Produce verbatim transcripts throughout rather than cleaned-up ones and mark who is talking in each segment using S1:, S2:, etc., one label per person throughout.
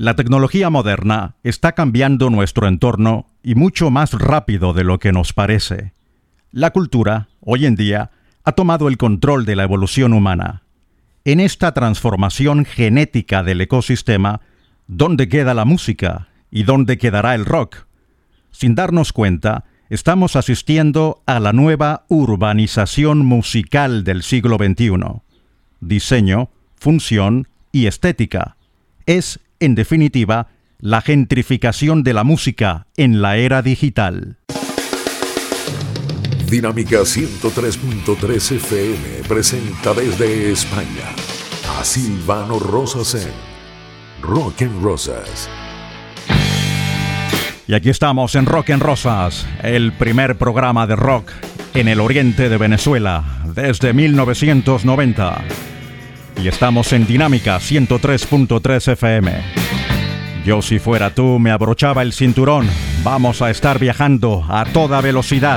S1: La tecnología moderna está cambiando nuestro entorno y mucho más rápido de lo que nos parece. La cultura, hoy en día, ha tomado el control de la evolución humana. En esta transformación genética del ecosistema, ¿dónde queda la música y dónde quedará el rock? Sin darnos cuenta, estamos asistiendo a la nueva urbanización musical del siglo veintiuno. Diseño, función y estética. Es, en definitiva, la gentrificación de la música en la era digital.
S2: Dinámica ciento tres punto tres F M presenta desde España a Silvano Rosas en Rock en Rosas.
S1: Y aquí estamos en Rock en Rosas, el primer programa de rock en el oriente de Venezuela desde mil novecientos noventa. Y estamos en Dinámica ciento tres punto tres F M. Yo, si fuera tú, me abrochaba el cinturón. Vamos a estar viajando a toda velocidad.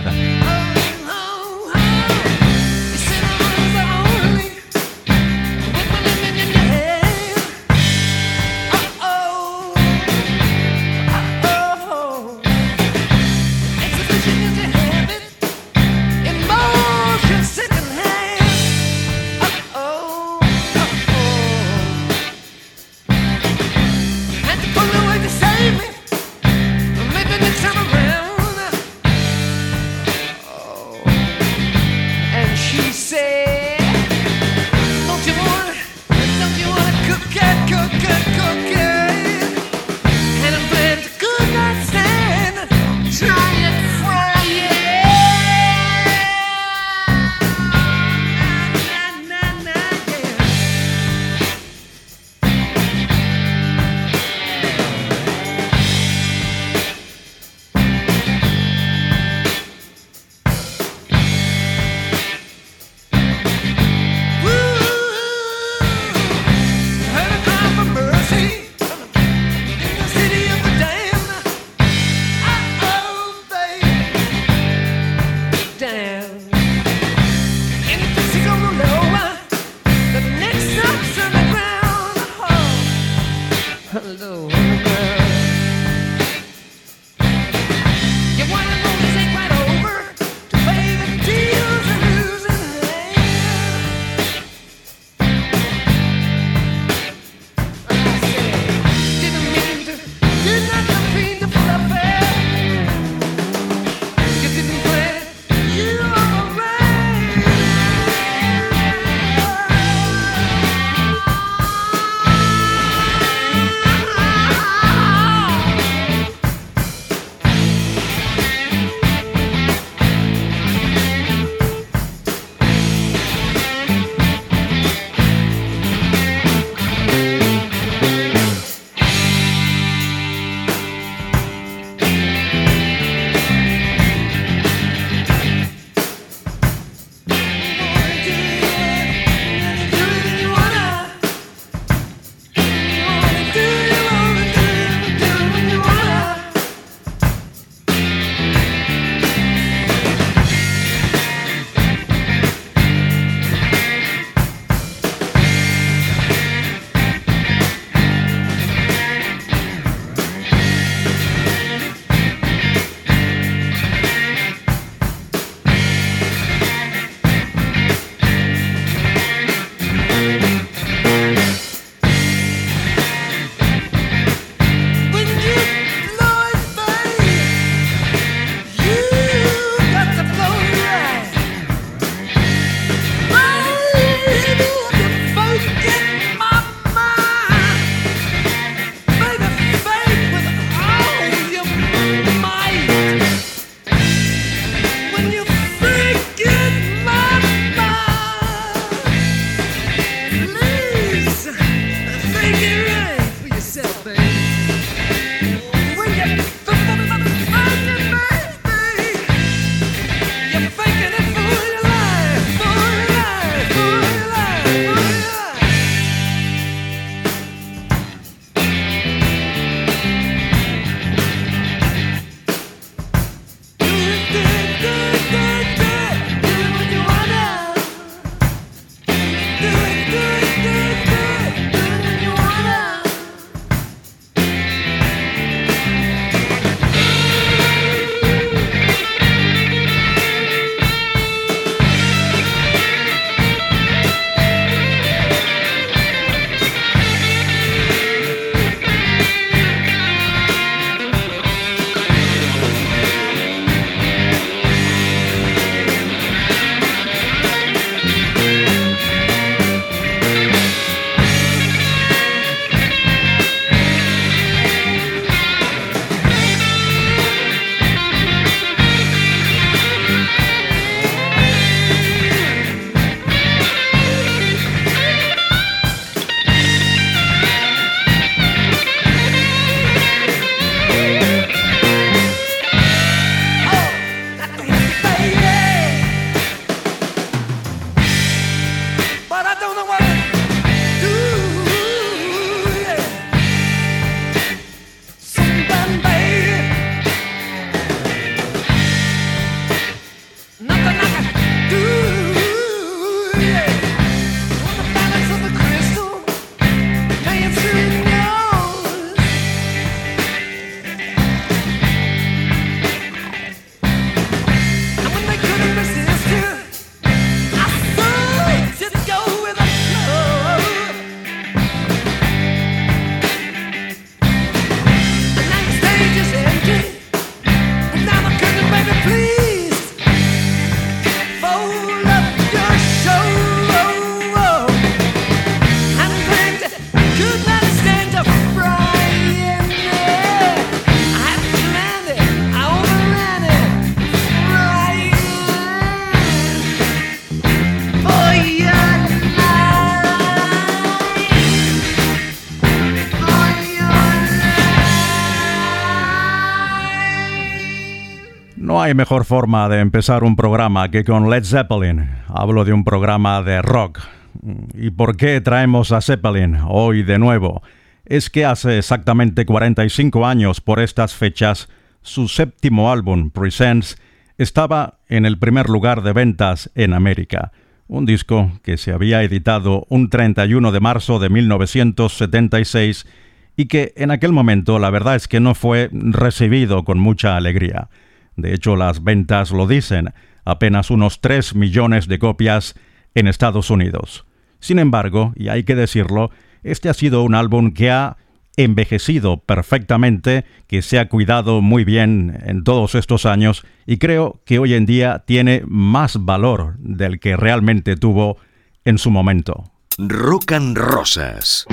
S1: hay mejor forma de empezar un programa que con Led Zeppelin. Hablo de un programa de rock. ¿Y por qué traemos a Zeppelin hoy de nuevo? Es que hace exactamente cuarenta y cinco años por estas fechas, su séptimo álbum, Presents, estaba en el primer lugar de ventas en América. Un disco que se había editado un treinta y uno de marzo de mil novecientos setenta y seis y que en aquel momento la verdad es que no fue recibido con mucha alegría. De hecho, las ventas lo dicen, apenas unos tres millones de copias en Estados Unidos. Sin embargo, y hay que decirlo, este ha sido un álbum que ha envejecido perfectamente, que se ha cuidado muy bien en todos estos años y creo que hoy en día tiene más valor del que realmente tuvo en su momento.
S2: Rock and Rosas.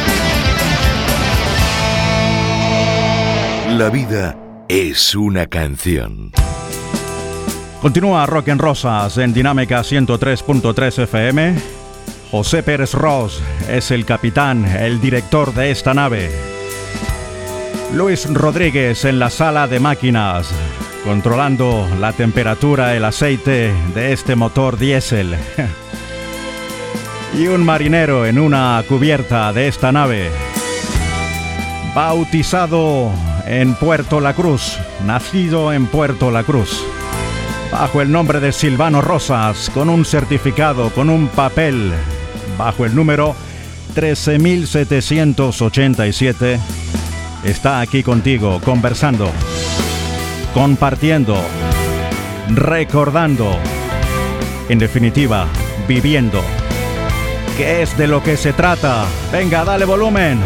S2: La vida es una canción.
S1: Continúa Rock en Rosas en Dinámica ciento tres punto tres F M. José Pérez Ros es el capitán, el director de esta nave. Luis Rodríguez en la sala de máquinas, controlando la temperatura, el aceite de este motor diésel. Y un marinero en una cubierta de esta nave. Bautizado en Puerto La Cruz, nacido en Puerto La Cruz, bajo el nombre de Silvano Rosas, con un certificado, con un papel, bajo el número trece mil setecientos ochenta y siete, está aquí contigo, conversando, compartiendo, recordando, en definitiva, viviendo. ¿Qué es de lo que se trata? Venga, dale volumen.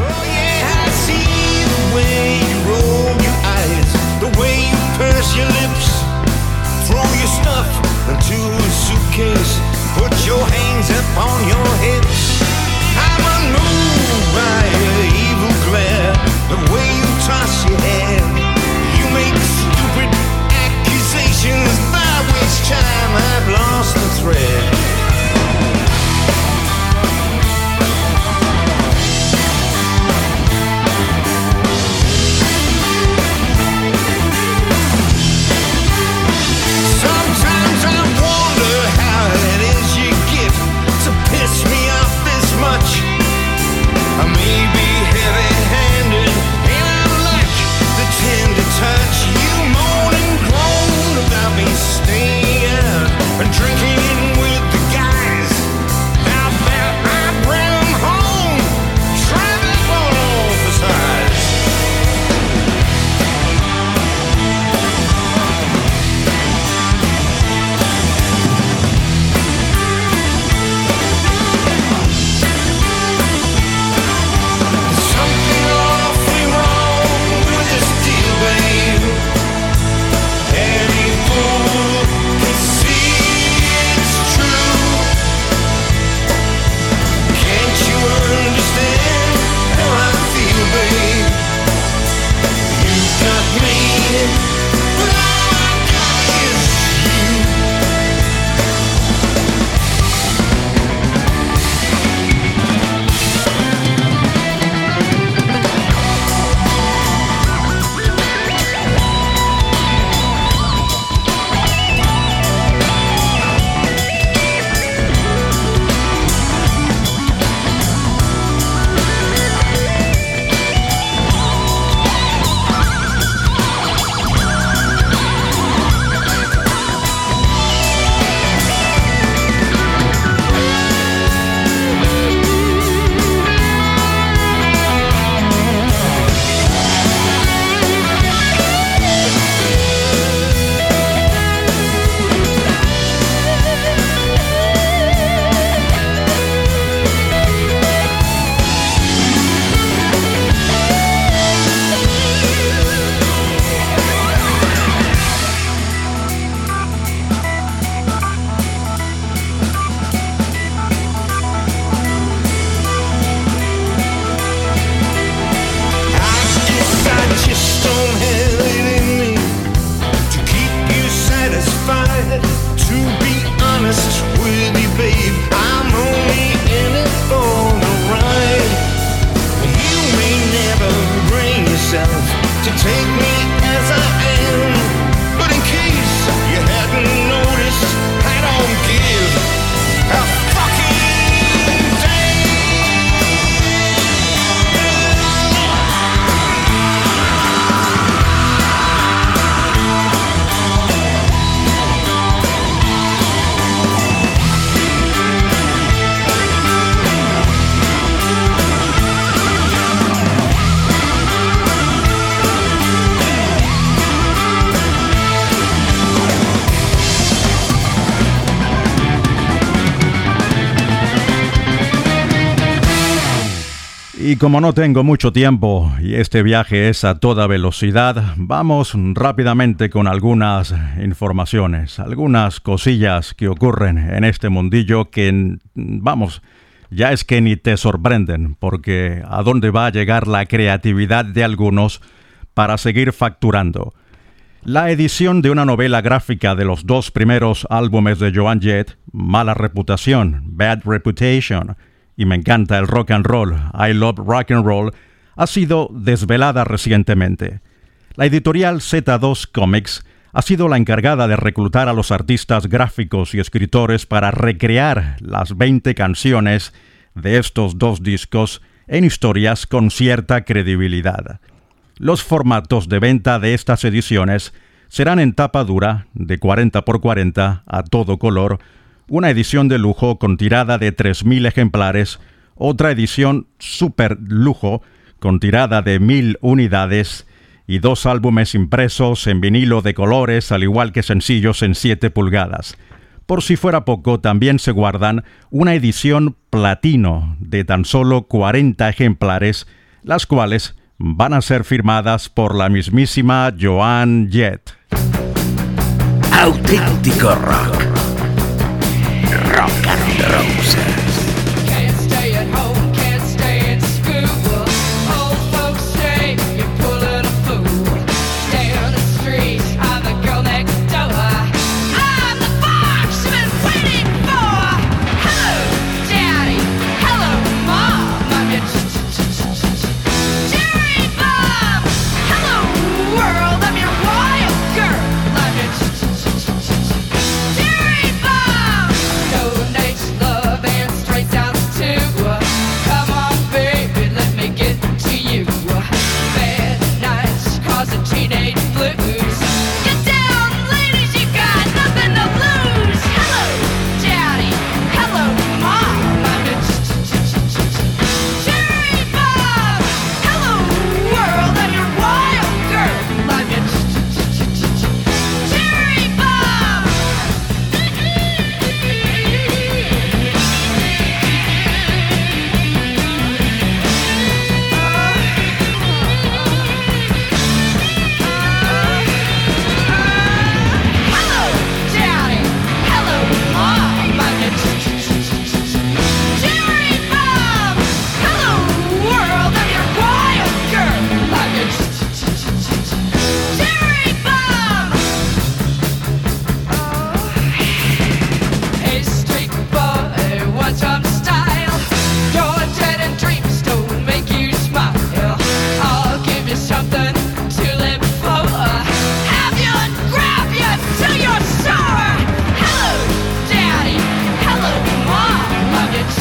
S3: Your lips, throw your stuff into a suitcase, put your hands up on your hips. I'm unmoved by your evil glare, the way you toss your head. You make stupid accusations by which time I've lost the thread. Piss me
S1: Y como no tengo mucho tiempo y este viaje es a toda velocidad, vamos rápidamente con algunas informaciones, algunas cosillas que ocurren en este mundillo que, vamos, ya es que ni te sorprenden, porque a dónde va a llegar la creatividad de algunos para seguir facturando. La edición de una novela gráfica de los dos primeros álbumes de Joan Jett, Mala Reputación, Bad Reputation, y Me Encanta el Rock and Roll, I Love Rock and Roll, ha sido desvelada recientemente. La editorial Z dos Comics ha sido la encargada de reclutar a los artistas gráficos y escritores para recrear las veinte canciones de estos dos discos en historias con cierta credibilidad. Los formatos de venta de estas ediciones serán en tapa dura de cuarenta por cuarenta a todo color, una edición de lujo con tirada de tres mil ejemplares, otra edición super lujo con tirada de mil unidades y dos álbumes impresos en vinilo de colores, al igual que sencillos en siete pulgadas. Por si fuera poco, también se guardan una edición platino de tan solo cuarenta ejemplares, las cuales van a ser firmadas por la mismísima Joan Jett.
S4: Auténtico rock. Rock and Roses.
S5: Can't stay at home, can't stay in school. Old folks say you're pulling a fool. Stay on the street, I'm the girl next door. I'm the fox you've been waiting for. Hello, Daddy. Hello, Mom. I'm your Jerry Bob. Hello, world. I'm your wild girl. I'm your Jerry Bob. Donates love and straight sounds too. Come on, baby, let me get to you. Bad nights causing teenage blues. Get down, ladies, you got nothing to lose. Hello, Daddy. Hello, Mom. I'm your Jerry Bob. Hello, world. I'm your wild girl. I'm your Jerry Bob. Hello, Daddy. Hello, Mom. I'm your Jerry Bob. Hello, world. I'm your wild girl. I'm your Jerry Bob. Hey, street boy, what's some style? Your dead end dreams don't make you smile. I'll give you something to live for. Have you and grab you till you're sore. Hello, Daddy. Hello, Mom. I'm your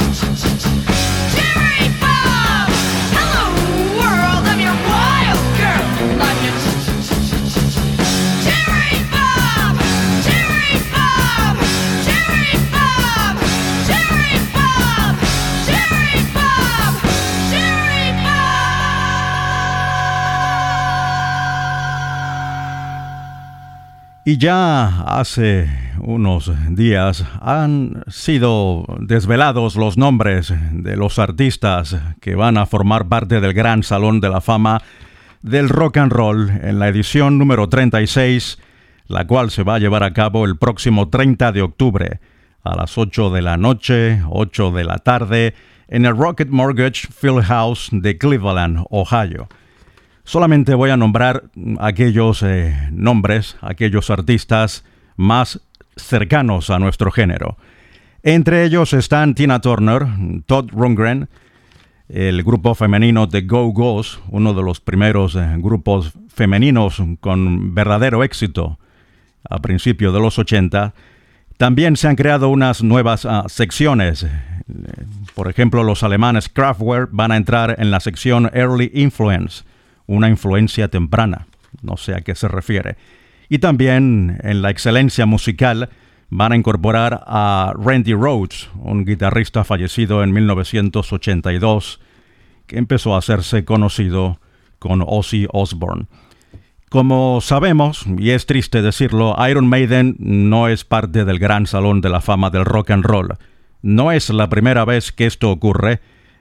S5: Jerry Bob. Hello, world. I'm your wild girl. I'm your Jerry Bob. Jerry Bob. Jerry Bob. Jerry Bob. Jerry Bob. Jerry Bob.
S1: Y ya hace unos días han sido desvelados los nombres de los artistas que van a formar parte del Gran Salón de la Fama del Rock and Roll en la edición número treinta y seis, la cual se va a llevar a cabo el próximo treinta de octubre a las ocho de la noche, ocho de la tarde, en el Rocket Mortgage Fieldhouse de Cleveland, Ohio. Solamente voy a nombrar aquellos eh, nombres, aquellos artistas más cercanos a nuestro género. Entre ellos están Tina Turner, Todd Rundgren, el grupo femenino The Go-Go's, uno de los primeros eh, grupos femeninos con verdadero éxito a principios de los ochenta. También se han creado unas nuevas uh, secciones. Por ejemplo, los alemanes Kraftwerk van a entrar en la sección Early Influence, una influencia temprana, no sé a qué se refiere. Y también en la excelencia musical van a incorporar a Randy Rhoads, un guitarrista fallecido en mil novecientos ochenta y dos, que empezó a hacerse conocido con Ozzy Osbourne. Como sabemos, y es triste decirlo, Iron Maiden no es parte del Gran Salón de la Fama del Rock and Roll. No es la primera vez que esto ocurre.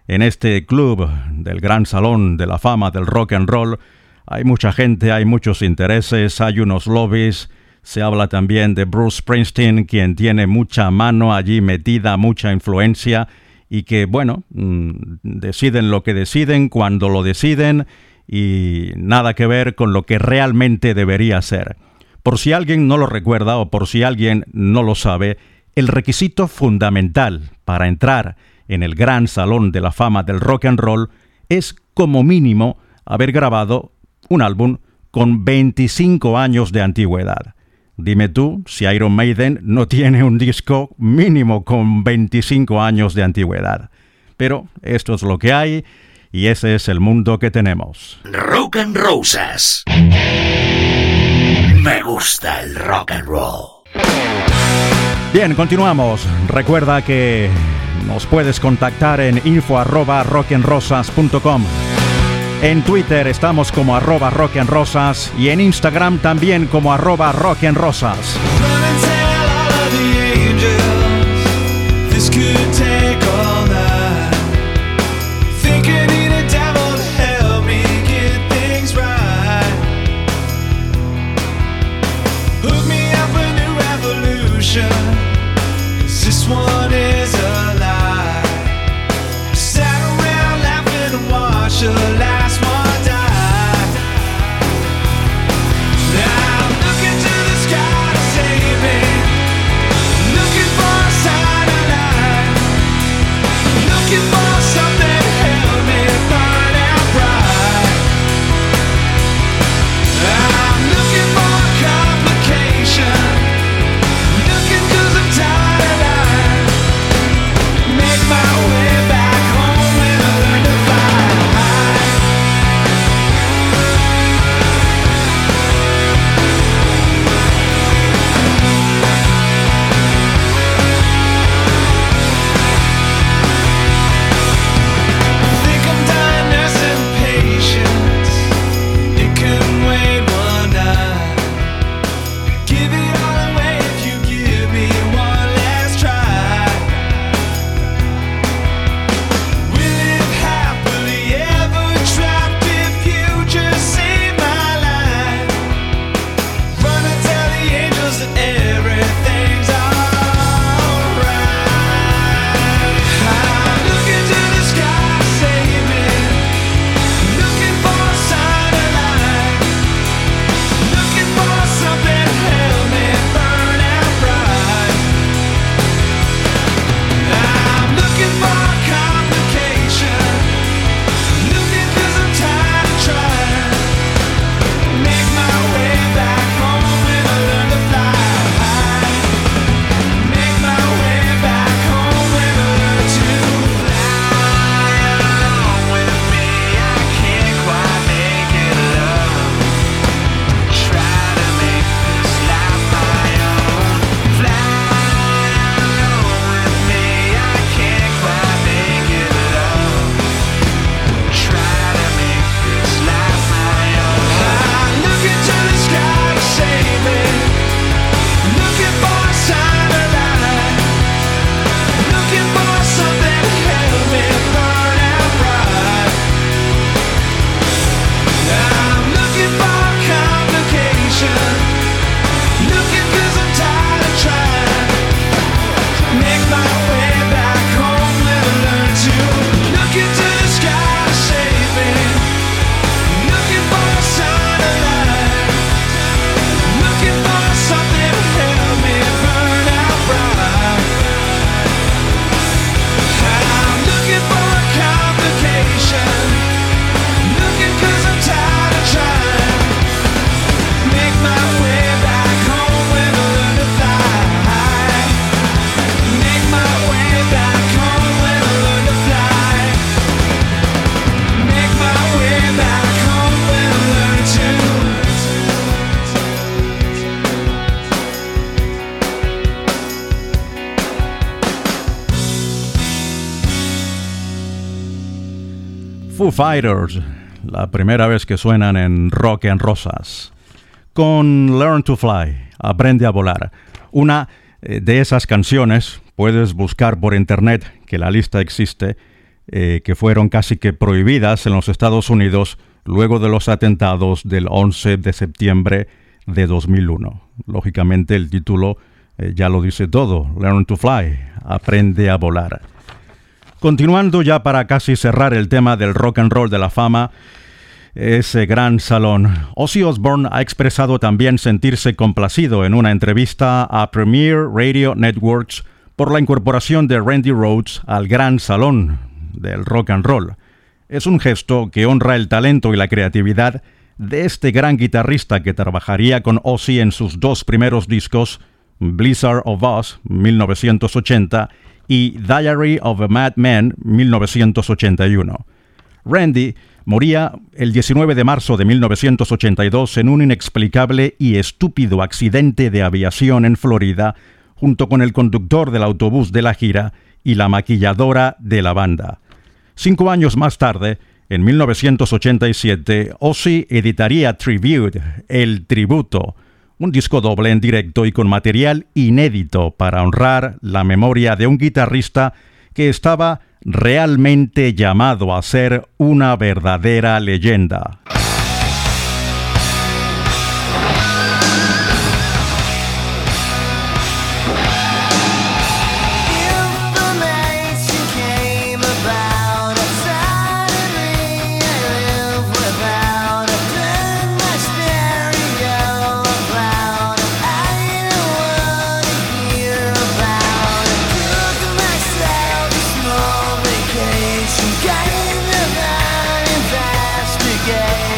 S1: En este club del Gran Salón de la Fama del Rock and Roll hay mucha gente, hay muchos intereses, hay unos lobbies. Se habla también de Bruce Springsteen, quien tiene mucha mano allí metida, mucha influencia, y que, bueno, deciden lo que deciden, cuando lo deciden, y nada que ver con lo que realmente debería ser. Por si alguien no lo recuerda o por si alguien no lo sabe, el requisito fundamental para entrar en el Gran Salón de la Fama del Rock and Roll es, como mínimo, haber grabado un álbum con veinticinco años de antigüedad. Dime tú si Iron Maiden no tiene un disco mínimo con veinticinco años de antigüedad. Pero esto es lo que hay y ese es el mundo que tenemos.
S4: Rock and Roses. Me gusta el rock and roll.
S1: Bien, continuamos. Recuerda que nos puedes contactar en info arroba rockandrosas punto com. En Twitter estamos como arroba rockandrosas y en Instagram también como arroba rockandrosas.
S3: This one is a lie. Sat around laughing and watched the last one die. Now I'm looking to the sky to save me, looking for a sign of life, looking for something to help me burn out bright. I'm looking for a complication, looking 'cause I'm tired of life. Make my way back home when I learn to fly high. Think I'm done nursing patience. It couldn't wait one night. Give it all away if you give me one last try. We live happily ever trapped if you just save my life. Run and tell the angels that everything's alright. I'm looking to the sky to save me, looking for a sign of life, looking for something to help me burn out bright. I'm looking for a complication, looking 'cause I'm tired of trying. Make my way back home when I learn to fly high. Make my way back home when I learn to fly. With me I can't quite make it love. Try to make this life my own. Fly with me I can't quite make it love. Try to make this life my own. I'm looking to the sky to save me, looking for a sign of life, looking for something to help me burn out bright. I'm looking for a complication, looking 'cause I'm tired of trying. Make my way back home when I learn to look into the sky to save me, looking for a sign of life, looking for something to help me burn out bright. I'm looking for a complication, looking 'cause I'm tired of trying. Make my way back home when I learn to fly high. Make my way back home when I learn to fly. Make my way back home when I learn to.
S1: Foo Fighters, la primera vez que suenan en Rock and Rosas, con Learn to Fly, Aprende a volar. Una eh, de esas canciones, puedes buscar por internet, que la lista existe, eh, que fueron casi que prohibidas en los Estados Unidos luego de los atentados del once de septiembre de dos mil uno. Lógicamente el título eh, ya lo dice todo, Learn to Fly, aprende a volar. Continuando ya para casi cerrar el tema del rock and roll de la fama, ese gran salón, Ozzy Osbourne ha expresado también sentirse complacido en una entrevista a Premier Radio Networks por la incorporación de Randy Rhoads al gran salón del rock and roll. Es un gesto que honra el talento y la creatividad de este gran guitarrista que trabajaría con Ozzy en sus dos primeros discos, Blizzard of Oz, mil novecientos ochenta, y Diary of a Madman, mil novecientos ochenta y uno. Randy moría el diecinueve de marzo de mil novecientos ochenta y dos en un inexplicable y estúpido accidente de aviación en Florida, junto con el conductor del autobús de la gira y la maquilladora de la banda. Cinco años más tarde, en mil novecientos ochenta y siete, Ozzy editaría Tribute, el tributo, un disco doble en directo y con material inédito para honrar la memoria de un guitarrista que estaba realmente llamado a ser una verdadera leyenda.
S6: Investigate.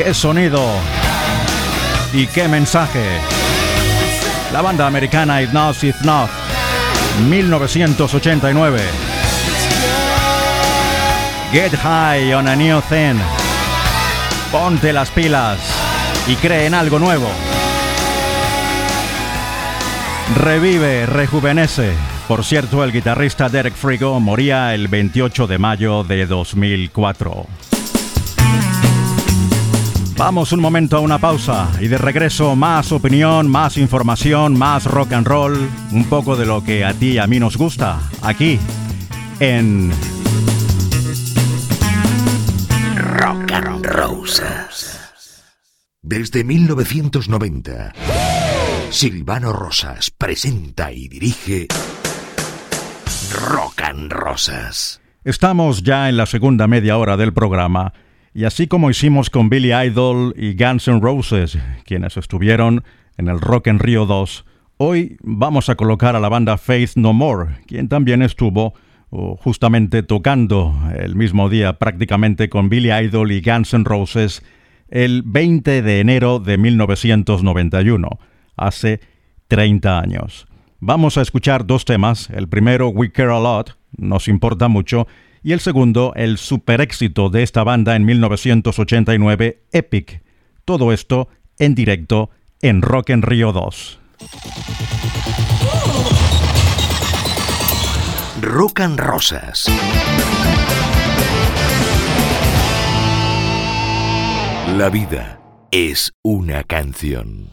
S1: ¡Qué sonido! ¡Y qué mensaje! La banda americana If Not, If Not, mil novecientos ochenta y nueve. Get high on a new thing. Ponte las pilas y cree en algo nuevo. Revive, rejuvenece. Por cierto, el guitarrista Derek Frigo moría el veintiocho de mayo de dos mil cuatro. Vamos un momento a una pausa y de regreso más opinión, más información, más rock and roll, un poco de lo que a ti y a mí nos gusta, aquí en
S4: Rock and Roses.
S6: Desde mil novecientos noventa, Silvano Rosas presenta y dirige
S4: Rock and Roses.
S1: Estamos ya en la segunda media hora del programa. Y así como hicimos con Billy Idol y Guns N' Roses, quienes estuvieron en el Rock en Río dos, hoy vamos a colocar a la banda Faith No More, quien también estuvo uh, justamente tocando el mismo día prácticamente con Billy Idol y Guns N' Roses el veinte de enero de mil novecientos noventa y uno, hace treinta años. Vamos a escuchar dos temas, el primero We Care a Lot, nos importa mucho, y el segundo, el super éxito de esta banda en mil novecientos ochenta y nueve, Epic. Todo esto en directo en Rock en Río dos.
S6: Rock and Rosas. La vida es una canción.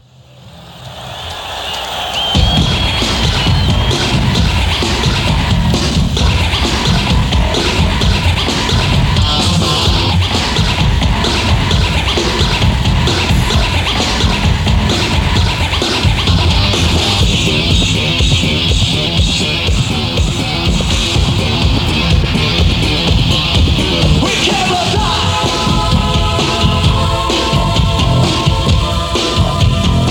S3: We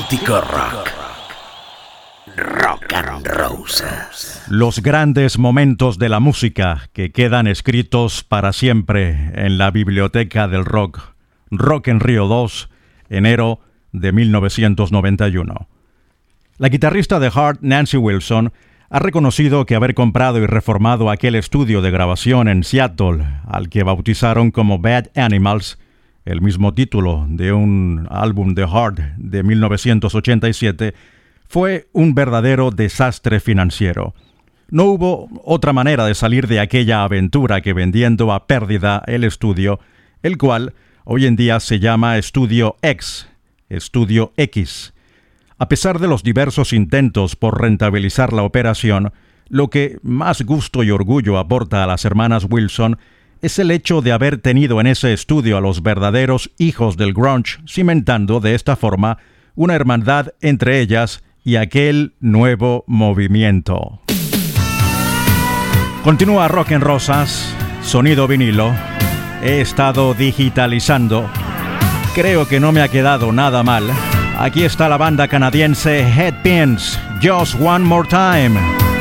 S4: auténtico rock. Rock and Roses.
S1: Los grandes momentos de la música que quedan escritos para siempre en la biblioteca del rock. Rock en Río dos, enero de mil novecientos noventa y uno. La guitarrista de Heart, Nancy Wilson, ha reconocido que haber comprado y reformado aquel estudio de grabación en Seattle, al que bautizaron como Bad Animals, el mismo título de un álbum de Heart de mil novecientos ochenta y siete, fue un verdadero desastre financiero. No hubo otra manera de salir de aquella aventura que vendiendo a pérdida el estudio, el cual hoy en día se llama Estudio X, Estudio X. A pesar de los diversos intentos por rentabilizar la operación, lo que más gusto y orgullo aporta a las hermanas Wilson es el hecho de haber tenido en ese estudio a los verdaderos hijos del grunge, cimentando de esta forma una hermandad entre ellas y aquel nuevo movimiento. Continúa Rock en Rosas, sonido vinilo. He estado digitalizando. Creo que no me ha quedado nada mal. Aquí está la banda canadiense Headpins, Just One More Time.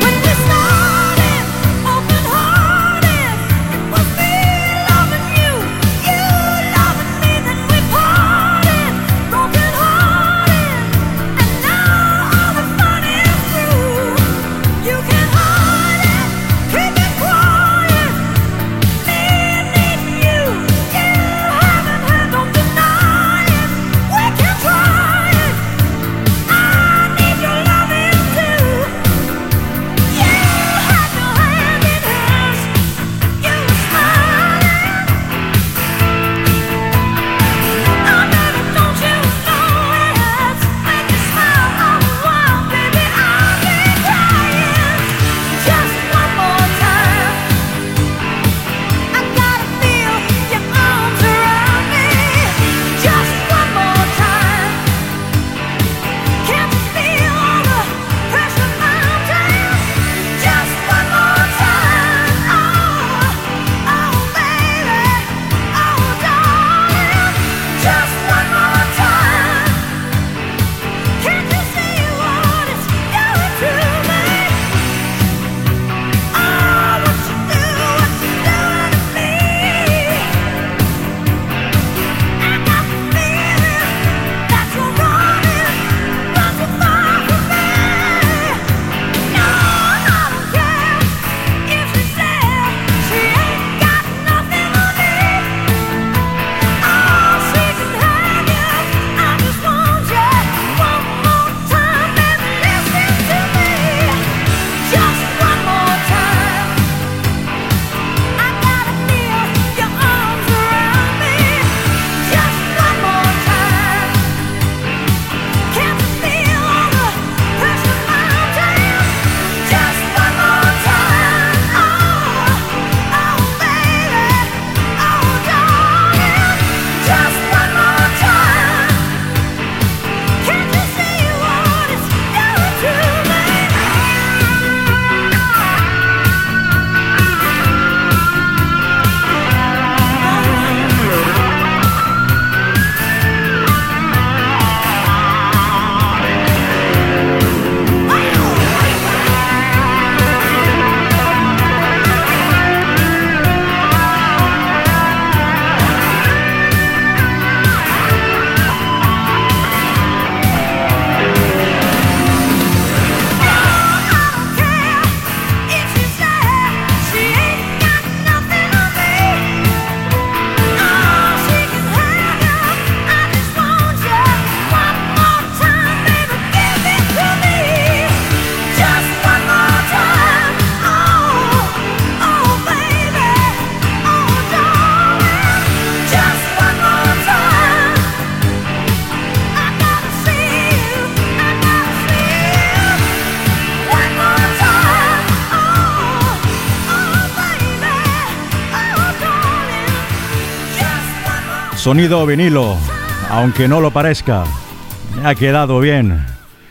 S1: Sonido vinilo, aunque no lo parezca, me ha quedado bien.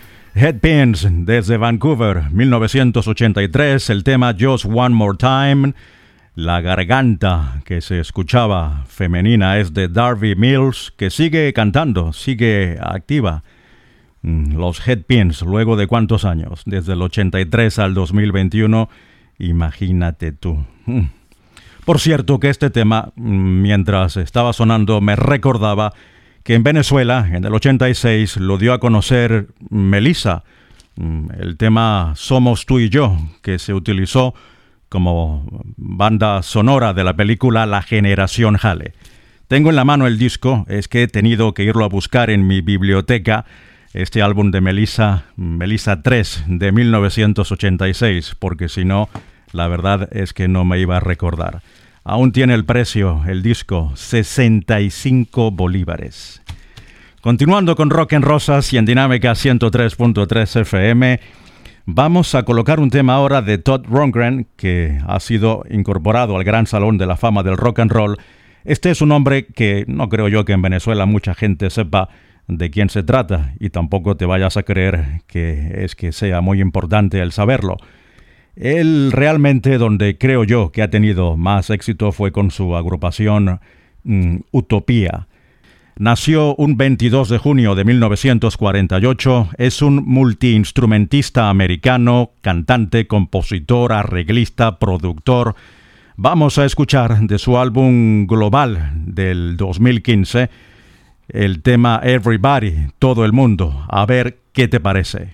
S1: Headpins desde Vancouver, mil novecientos ochenta y tres, el tema Just One More Time. La garganta que se escuchaba femenina es de Darby Mills, que sigue cantando, sigue activa. Los Headpins, luego de cuántos años, desde el ochenta y tres al dos mil veintiuno, imagínate tú. Por cierto que este tema, mientras estaba sonando, me recordaba que en Venezuela, en el ochenta y seis, lo dio a conocer Melissa, el tema Somos tú y yo, que se utilizó como banda sonora de la película La Generación Hale. Tengo en la mano el disco, es que he tenido que irlo a buscar en mi biblioteca, este álbum de Melissa, Melissa tres, de mil novecientos ochenta y seis, porque si no, la verdad es que no me iba a recordar. Aún tiene el precio, el disco, sesenta y cinco bolívares. Continuando con Rock en Rosas y en Dinámica ciento tres punto tres F M, vamos a colocar un tema ahora de Todd Rundgren, que ha sido incorporado al Gran Salón de la Fama del Rock and Roll. Este es un hombre que no creo yo que en Venezuela mucha gente sepa de quién se trata, y tampoco te vayas a creer que es que sea muy importante el saberlo. Él realmente, donde creo yo que ha tenido más éxito, fue con su agrupación mm, Utopía. Nació un veintidós de junio de mil novecientos cuarenta y ocho, es un multiinstrumentista americano, cantante, compositor, arreglista, productor. Vamos a escuchar de su álbum global del dos mil quince el tema Everybody, todo el mundo. A ver qué te parece.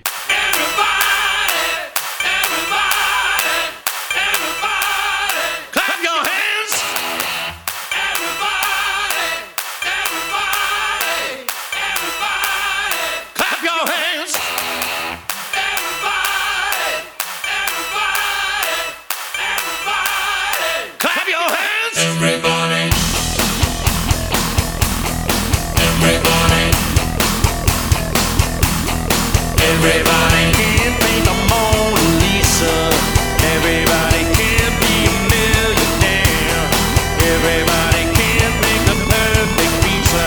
S3: Everybody can paint a Mona Lisa. Everybody can be a millionaire. Everybody can make the perfect pizza.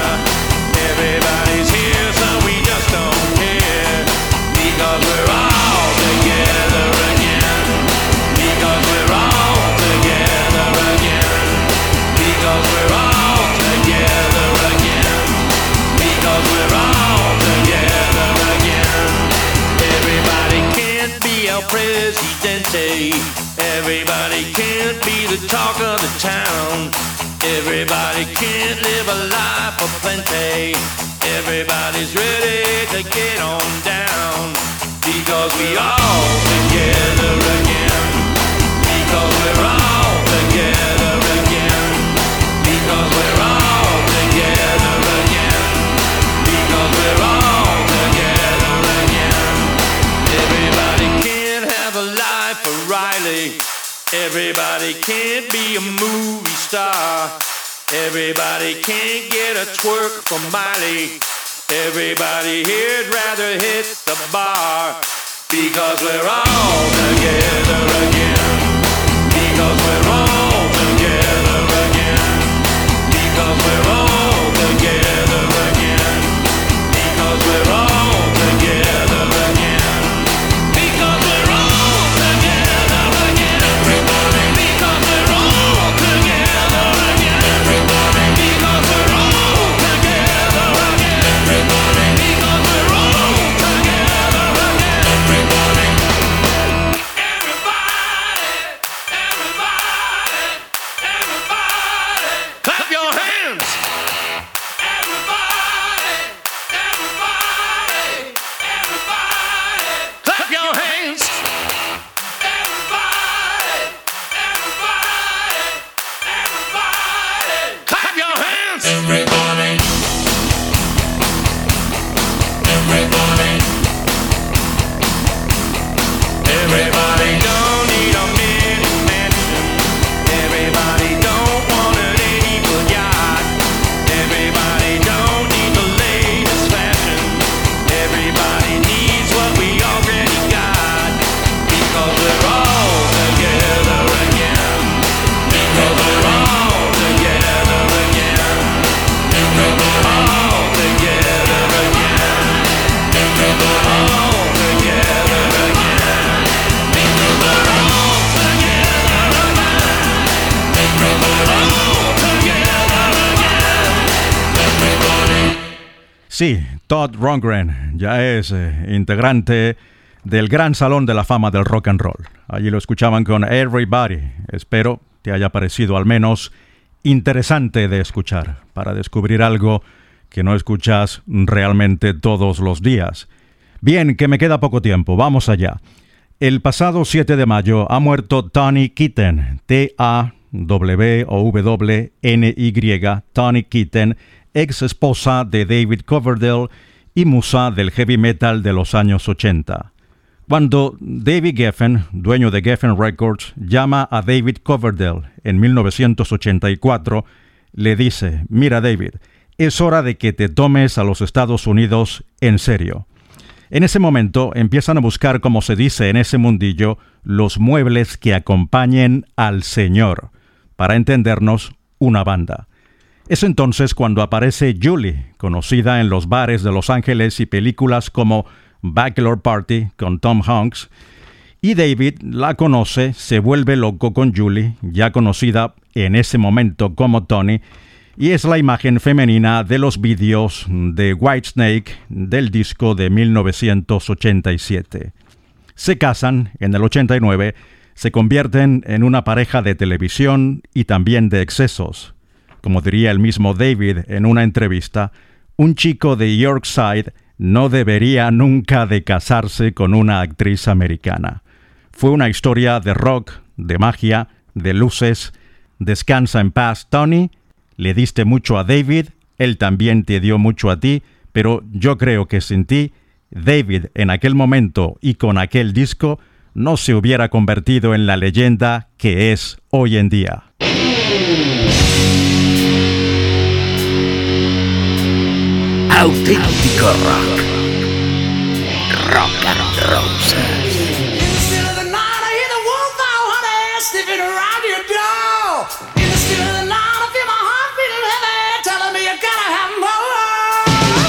S3: Everybody's here, so we just don't care. Because we're all together again. Because we're all together again. Because we're all together again. Because we're all together again. Everybody can't be El Presidente. Everybody can't be the talk of the town. Everybody can't live a life of plenty. Everybody's ready to get on down. Because we all together again. Because we're all together again. Because we're all together again. Because we're all together again. Everybody can't have a life for Riley. Everybody can't be a movie star. Everybody can't get a twerk from Miley. Everybody here'd rather hit the bar. Because we're all together again. Because we're all together again. Because we're all together again. Because we're all together again. Because we're all together again. Everybody. Because we're all together again. Everybody. Because we're all together again. Everybody. Because we're all together again. Everybody. Everybody.
S1: Sí, Todd Rundgren ya es eh, integrante del Gran Salón de la Fama del Rock and Roll. Allí lo escuchaban con Everybody. Espero te haya parecido al menos interesante de escuchar, para descubrir algo que no escuchas realmente todos los días. Bien, que me queda poco tiempo, vamos allá. El pasado siete de mayo ha muerto Tawny Kitten, T A W O W N Y, Tawny Kitten, ex esposa de David Coverdale y musa del heavy metal de los años ochenta. Cuando David Geffen, dueño de Geffen Records, llama a David Coverdale en mil novecientos ochenta y cuatro, le dice: «Mira, David, es hora de que te tomes a los Estados Unidos en serio». En ese momento empiezan a buscar, como se dice en ese mundillo, los muebles que acompañen al señor, para entendernos, una banda. Es entonces cuando aparece Julie, conocida en los bares de Los Ángeles y películas como Bachelor Party con Tom Hanks, y David la conoce, se vuelve loco con Julie, ya conocida en ese momento como Tawny, y es la imagen femenina de los vídeos de Whitesnake del disco de mil novecientos ochenta y siete. Se casan en el ochenta y nueve, se convierten en una pareja de televisión y también de excesos. Como diría el mismo David en una entrevista, un chico de Yorkside no debería nunca de casarse con una actriz americana. Fue una historia de rock, de magia, de luces. Descansa en paz, Tawny. Le diste mucho a David, él también te dio mucho a ti, pero yo creo que sin ti, David en aquel momento y con aquel disco no se hubiera convertido en la leyenda que es hoy en día.
S4: Auténtico rock. Rock and Roses.
S5: Instead of the night, I hear the wolf owl honey sniffing around your door. Instead of the night, I feel my heart beating heavy, telling me you gotta have more.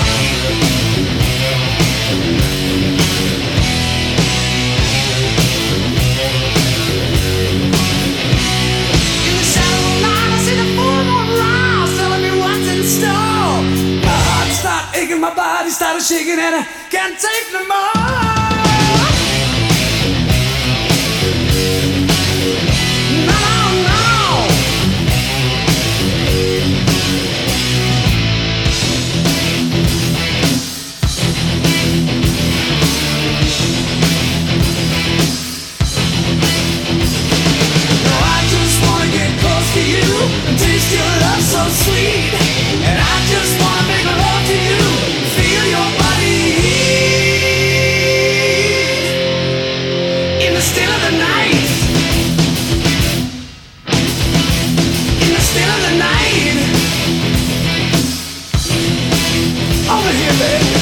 S5: In the shadow of the night, I see the full moon rise, telling me what's in store. My heart started aching, my body started shaking, and I can't take no more. Taste your love so sweet, and I just wanna make love to you, feel your body heat in the still of the night, in the still of the night. Over here, baby.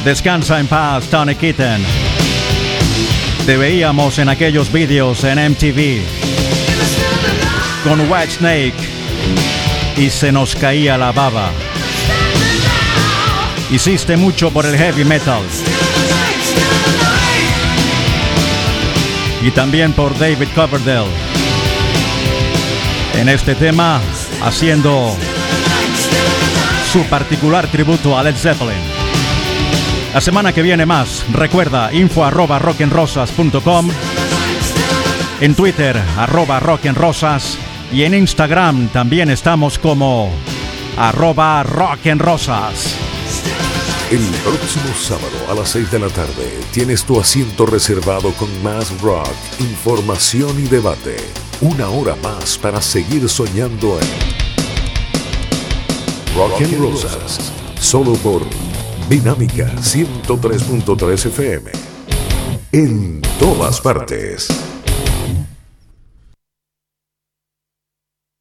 S1: Descansa en paz, Tony Kitten. Te veíamos en aquellos vídeos en M T V con Whitesnake y se nos caía la baba. Hiciste mucho por el heavy metal y también por David Coverdale en este tema, haciendo su particular tributo a Led Zeppelin. La semana que viene más. Recuerda, info arroba rock'n'rosas punto com, en Twitter arroba rock'n'rosas y en Instagram también estamos como arroba rock'n'rosas.
S2: El próximo sábado a las seis de la tarde tienes tu asiento reservado con más rock, información y debate. Una hora más para seguir soñando en Rock and Rosas, solo por Dinámica ciento tres punto tres F M. En todas partes.